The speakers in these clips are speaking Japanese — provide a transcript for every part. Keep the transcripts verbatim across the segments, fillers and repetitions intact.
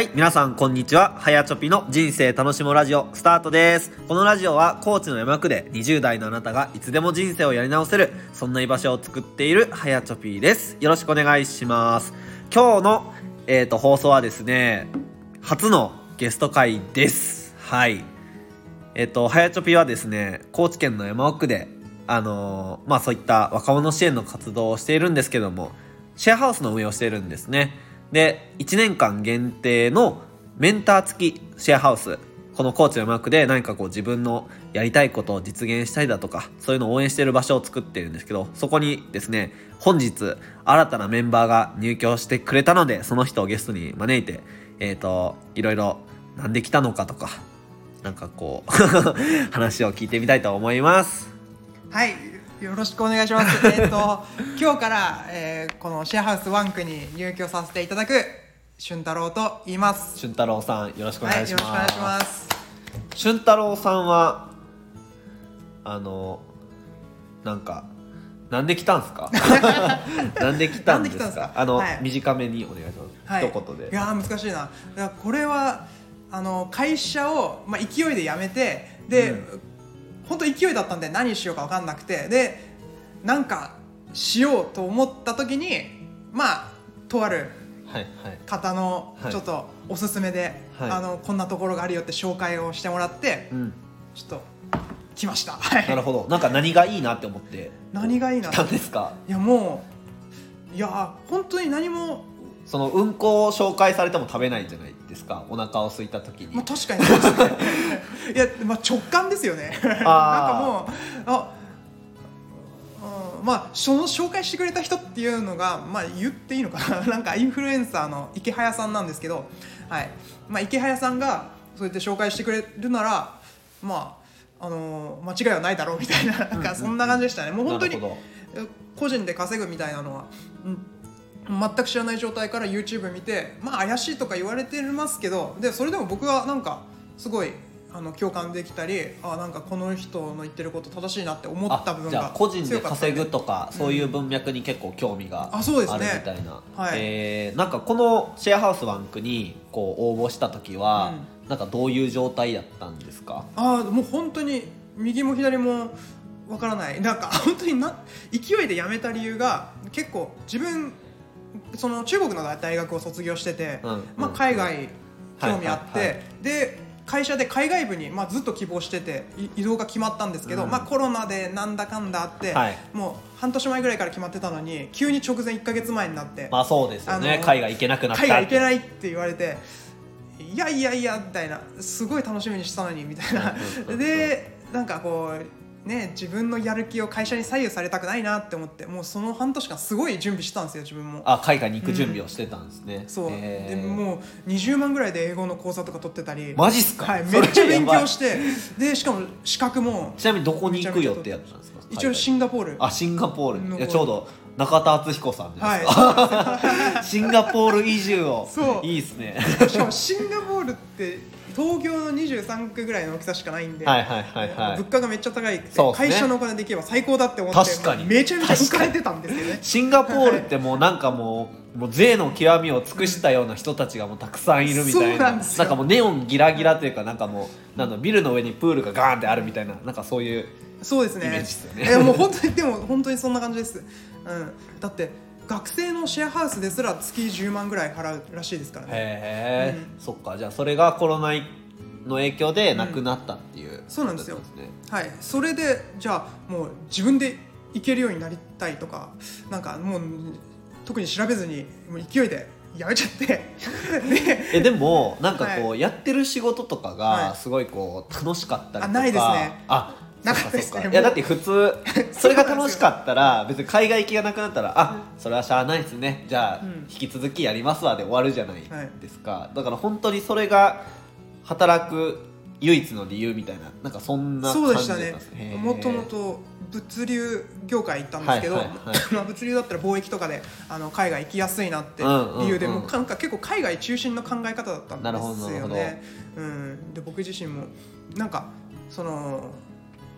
はい、皆さんこんにちは。はやちょぴの人生楽しもうラジオスタートです。このラジオは高知の山奥でにじゅう代のあなたがいつでも人生をやり直せる、そんな居場所を作っているはやちょぴです。よろしくお願いします。今日の、えーと、放送はですね、初のゲスト会です。はい。えっ、ー、と、はやちょぴはですね、高知県の山奥で、あのー、まあそういった若者支援の活動をしているんですけども、シェアハウスの運営をしているんですね。で、いちねんかん限定のメンター付きシェアハウス、この高知の山奥で何かこう自分のやりたいことを実現したりだとか、そういうのを応援している場所を作っているんですけど、そこにですね、本日新たなメンバーが入居してくれたので、その人をゲストに招いて、えっと、いろいろなんで来たのかとか、なんかこう話を聞いてみたいと思います。 はい、よろしくお願いします。えっと今日から、えー、このシェアハウスワンクに入居させていただく俊太郎と言います。 俊太郎さん、よろしくお願いします。 はい、よろしくお願いします。 俊太郎さんはあのなんかなんで来たんですかなんで来たんですか。 なんで来たんですか。 あの、 はい、 短めにお願いします、はい、一言で。 いやー難しいな。いやこれはあの会社を、まあ、勢いで辞めて、で、うん、本当勢いだったんで何しようか分かんなくて、でなんかしようと思った時に、まあとある方のちょっとおすすめで、はいはい、あのこんなところがあるよって紹介をしてもらって、うん、ちょっと来ました。 なるほど。なんか何がいいなって思って何がいいな来たんですか。 いやもういや本当に何も、 そのうんこを紹介されても食べないじゃないですか、お腹を空いた時に。 まあ、確かにそうですねいや、まあ、直感ですよねなんかもうあ、うん、まあその紹介してくれた人っていうのが、まあ、言っていいのかななんかインフルエンサーの池早さんなんですけど、はい、まあ、池早さんがそうやって紹介してくれるなら、まああのー、間違いはないだろうみたいな、なんかそんな感じでしたね、うんうん、もう本当に個人で稼ぐみたいなのは、うん全く知らない状態から YouTube 見て、まあ怪しいとか言われてますけど、でそれでも僕はなんかすごいあの共感できたり、あなんかこの人の言ってること正しいなって思った部分が強かった。じゃあ個人で稼ぐとか、うん、そういう文脈に結構興味があるみたいな。あ、そうですね。はい、えー、なんかこのシェアハウスワンクにこう応募した時は、うん、なんかどういう状態だったんですか。 あもう本当に右も左もわからない。なんか本当にな勢いで辞めた理由が結構自分その中国の大学を卒業してて、うんまあ、海外興味あって、はいはいはい、で会社で海外部に、まあ、ずっと希望してて移動が決まったんですけど、うんまあ、コロナでなんだかんだあって、はい、もう半年前ぐらいから決まってたのに急に直前いっかげつまえになって、 まあそうですよね、海外行けなくなった、 海外行けないって言われて、いやいやいやみたいな、すごい楽しみにしたのにみたいなでなんかこうね、自分のやる気を会社に左右されたくないなって思って、もうその半年間すごい準備してたんですよ自分も。 あ、海外に行く準備をしてたんですね、うん、 そうでもうにじゅうまんぐらいで英語の講座とか取ってたり。 マジっすか。 はい、めっちゃ勉強してでしかも資格も。 ちなみにどこに行くよってやったんですか。 一応シンガポール。 あ、シンガポール。いやちょうど中田敦彦さんですか、はい、シンガポール移住を。そういいですね。 しかもシンガポールって東京のにじゅうさんくぐらいの大きさしかないんで、 はいはいはいはい、 物価がめっちゃ高いくて、ね、会社のお金で行けば最高だって思って、 確かにめちゃめちゃ浮かれてたんですよね。 シンガポールってもうなんかもう、もう税の極みを尽くしたような人たちがもうたくさんいるみたい な, な, んなんかもうネオンギラギラというか、なんかもうなんだビルの上にプールがガーンってあるみたいな、なんかそういうそうですね、 イメージですよね。 えもう本当にでも本当にそんな感じです、うん、だって学生のシェアハウスですら月じゅうまんぐらい払うらしいですからね。 へえ、うん、そっか。じゃあそれがコロナの影響でなくなったっていう、うん、 そうなんですよ、はい。それでじゃあもう自分で行けるようになりたいとか、なんかもう特に調べずにもう勢いでやめちゃってで, えでもなんかこう、はい、やってる仕事とかがすごいこう楽しかったりとか、 あないですね。 あなかったですね。いやだって普通それが楽しかったら別に海外行きがなくなったらあそれはしゃあないですね、じゃあ引き続きやりますわで終わるじゃないですか、はい、だから本当にそれが働く唯一の理由みたいな、なんかそんな感じだったんですね。 もともと物流業界行ったんですけど、はいはいはいまあ、物流だったら貿易とかであの海外行きやすいなって理由で、うんうんうん、もうなんか結構海外中心の考え方だったんですよね。うん、で僕自身もなんかその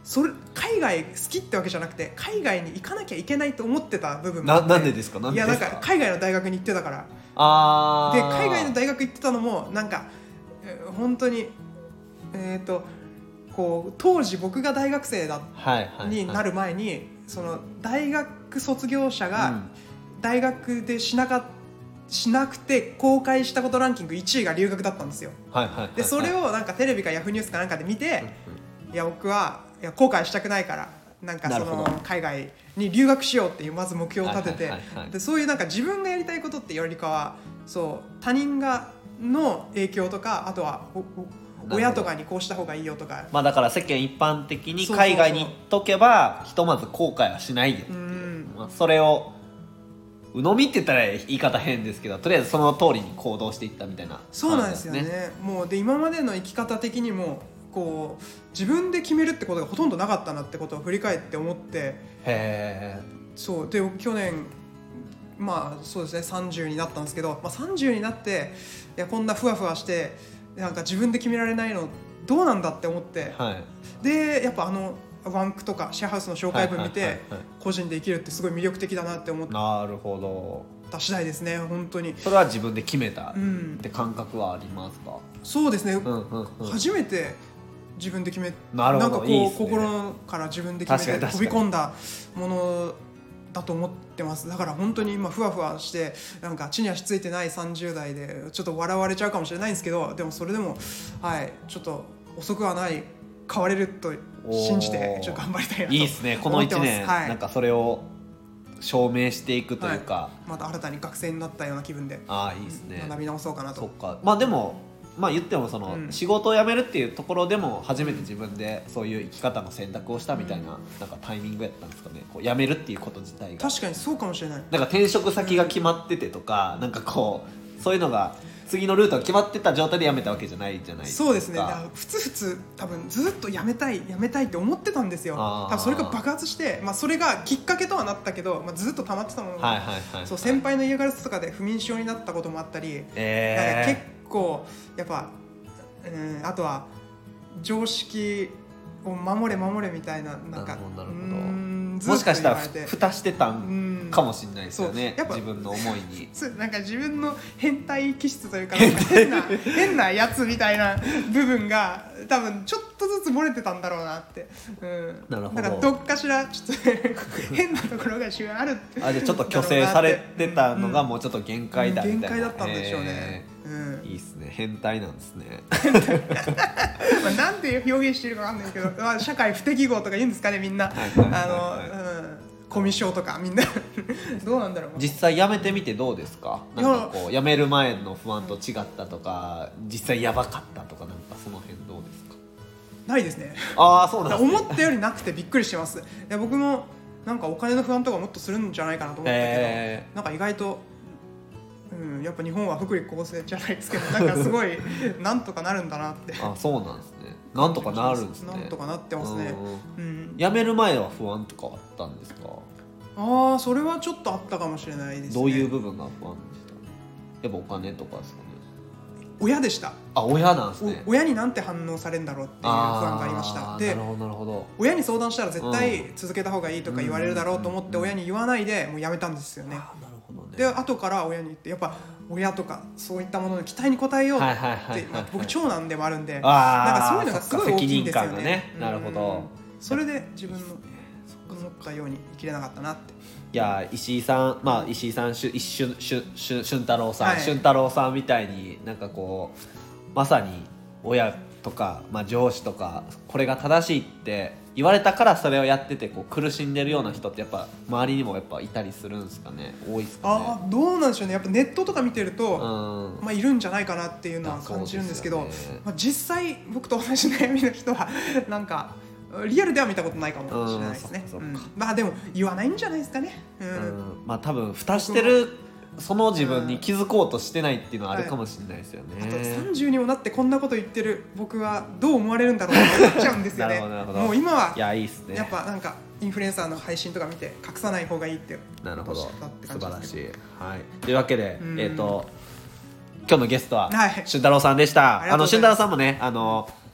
それ海外好きってわけじゃなくて海外に行かなきゃいけないと思ってた部分もあって。 ななんでですか？なんでですか？ いやなんか海外の大学に行ってたから。 あで海外の大学行ってたのもなんか本当にえっ、ー、とこう当時僕が大学生だ、はいはいはい、になる前にその大学卒業者が大学でしなかったしなくて公開したことランキングいちいが留学だったんですよ、はいはいはいはい、でそれをなんかテレビかヤフーニュースかなんかで見て、うんうん、いや僕はいや後悔したくないからなんかその海外に留学しようっていうまず目標を立てて、はいはいはいはい、でそういうなんか自分がやりたいことってよりかはそう他人がの影響とかあとは親とかにこうした方がいいよとか、 まあ、だから世間一般的に海外に行っとけばひとまず後悔はしないよっていう、うんまあ、それを鵜呑みって言ったら言い方変ですけどとりあえずその通りに行動していったみたいな、ね、 そうなんですよね。もうで今までの生き方的にもこう自分で決めるってことがほとんどなかったなってことを振り返って思って、へーそうで去年まあそうですねさんじゅうになったんですけど、まあ、さんじゅうになっていやこんなふわふわしてなんか自分で決められないのどうなんだって思って、はい、でやっぱあのワンクとかシェアハウスの紹介文見て、はいはいはいはい、個人で生きるってすごい魅力的だなって思った次第ですね。本当にそれは自分で決めたって感覚はありますか？ うん、そうですね、うんうんうん、初めて自分で決めなるほどなんかこういい、ね、心から自分で決めて飛び込んだものだと思ってます。だから本当に今ふわふわしてなんか地に足ついてないさんじゅう代でちょっと笑われちゃうかもしれないんですけど、でもそれでもはいちょっと遅くはない変われると信じてちょっと頑張りたいなと思ってます。 いいですねこのいちねん、はい、なんかそれを証明していくというか、はい、また新たに学生になったような気分であいいですね学び直そうかなと。 そっかまあでもまあ言ってもその、うん、仕事を辞めるっていうところでも初めて自分でそういう生き方の選択をしたみたいな、うん、なんかタイミングやったんですかね。こう辞めるっていうこと自体が確かにそうかもしれない。 なんか転職先が決まっててとか、うん、なんかこうそういうのが次のルートが決まってた状態で辞めたわけじゃないじゃないですか。 そうですね。ふつふつ多分ずっと辞めたい辞めたいって思ってたんですよ。多分それが爆発して、まあ、それがきっかけとはなったけど、まあ、ずっと溜まってたものが、はいはいはいはい、そう先輩の嫌がらせとかで不眠症になったこともあったり、えー、なんか結構やっぱ、うん、あとは常識を守れ守れみたいななんかなるほどなるほどもしかしたら蓋してたんかもしれないですよね、やっぱ自分の思いになんか自分の変態気質というか変な変なやつみたいな部分が多分ちょっとずつ漏れてたんだろうなって、うん、 なるほど。 なんかどっかしらちょっと変なところがあるあじゃあちょっと虚勢されてたのがもうちょっと限界だみたいな、 限界だったんでしょうね、 うん、いいっすね。変態なんですねまあなんて表現してるかわかんないけど、まあ、社会不適合とか言うんですかねみんな、はいはいはいはい、あの、うんコミュ障とかみんなどうなんだろう。 実際辞めてみてどうですか？なんかこう辞める前の不安と違ったとか実際やばかったとかなんかその辺どうですか？ ないですね。 ああそうなんですね。 思ったよりなくてびっくりしてます。いや僕もなんかお金の不安とかもっとするんじゃないかなと思ったけど、えー、なんか意外と、うん、やっぱ日本は福利厚生じゃないですけどなんかすごいなんとかなるんだなってあそうなんですね。なんとかなるんですね。 なんとかなってますね。 うん、辞める前は不安とかあったんですか？ ああそれはちょっとあったかもしれないですね。 どういう部分が不安でした？やっぱお金とかですかね。 親でした。 あ親なんですね。 親になんて反応されるんだろうっていう不安がありました。でなるほどなるほど。 親に相談したら絶対続けた方がいいとか言われるだろうと思って親に言わないでもうやめたんですよね。 あなるほどね。 で後から親に言ってやっぱ親とかそういったものの期待に応えようって僕長男でもあるんでなんかそういうのがすごい大きいんですよね。 ねなるほど。 それで自分の思ったように生きれなかったなって。 いや石井さん、まあ、石井さん、しゅしゅしゅしゅ俊太郎さん、はい、俊太郎さんみたいになんかこうまさに親とか、まあ、上司とかこれが正しいって言われたからそれをやっててこう苦しんでるような人ってやっぱ周りにもやっぱいたりするんですかね。多いですかね。 あどうなんでしょうね。やっぱネットとか見てると、うんまあ、いるんじゃないかなっていうのは感じるんですけど、ねまあ、実際僕と同じ悩みの人はなんかリアルでは見たことないかもしれないですね。うん、まあでも言わないんじゃないですかね。うん、 うんまあ多分蓋してるその自分に気づこうとしてないっていうのはあるかもしれないですよね。はい、あとさんじゅうにもなってこんなこと言ってる僕はどう思われるんだろうって思っちゃうんですよね。もう今はいやいいっすね。 やっぱなんかインフルエンサーの配信とか見て隠さない方がいいってなるほど素晴らしい、はい、というわけで、えー、と今日のゲストは、はい、俊太郎さんでした。あの俊太郎さんもねあの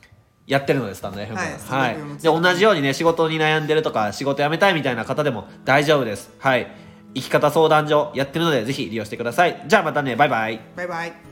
やってるので、スタンド エフエムはいはい、 スタンド エフエムで同じようにね仕事に悩んでるとか仕事辞めたいみたいな方でも大丈夫です。はい、生き方相談所やってるのでぜひ利用してください。じゃあまたね、バイバイ。 バイバイ。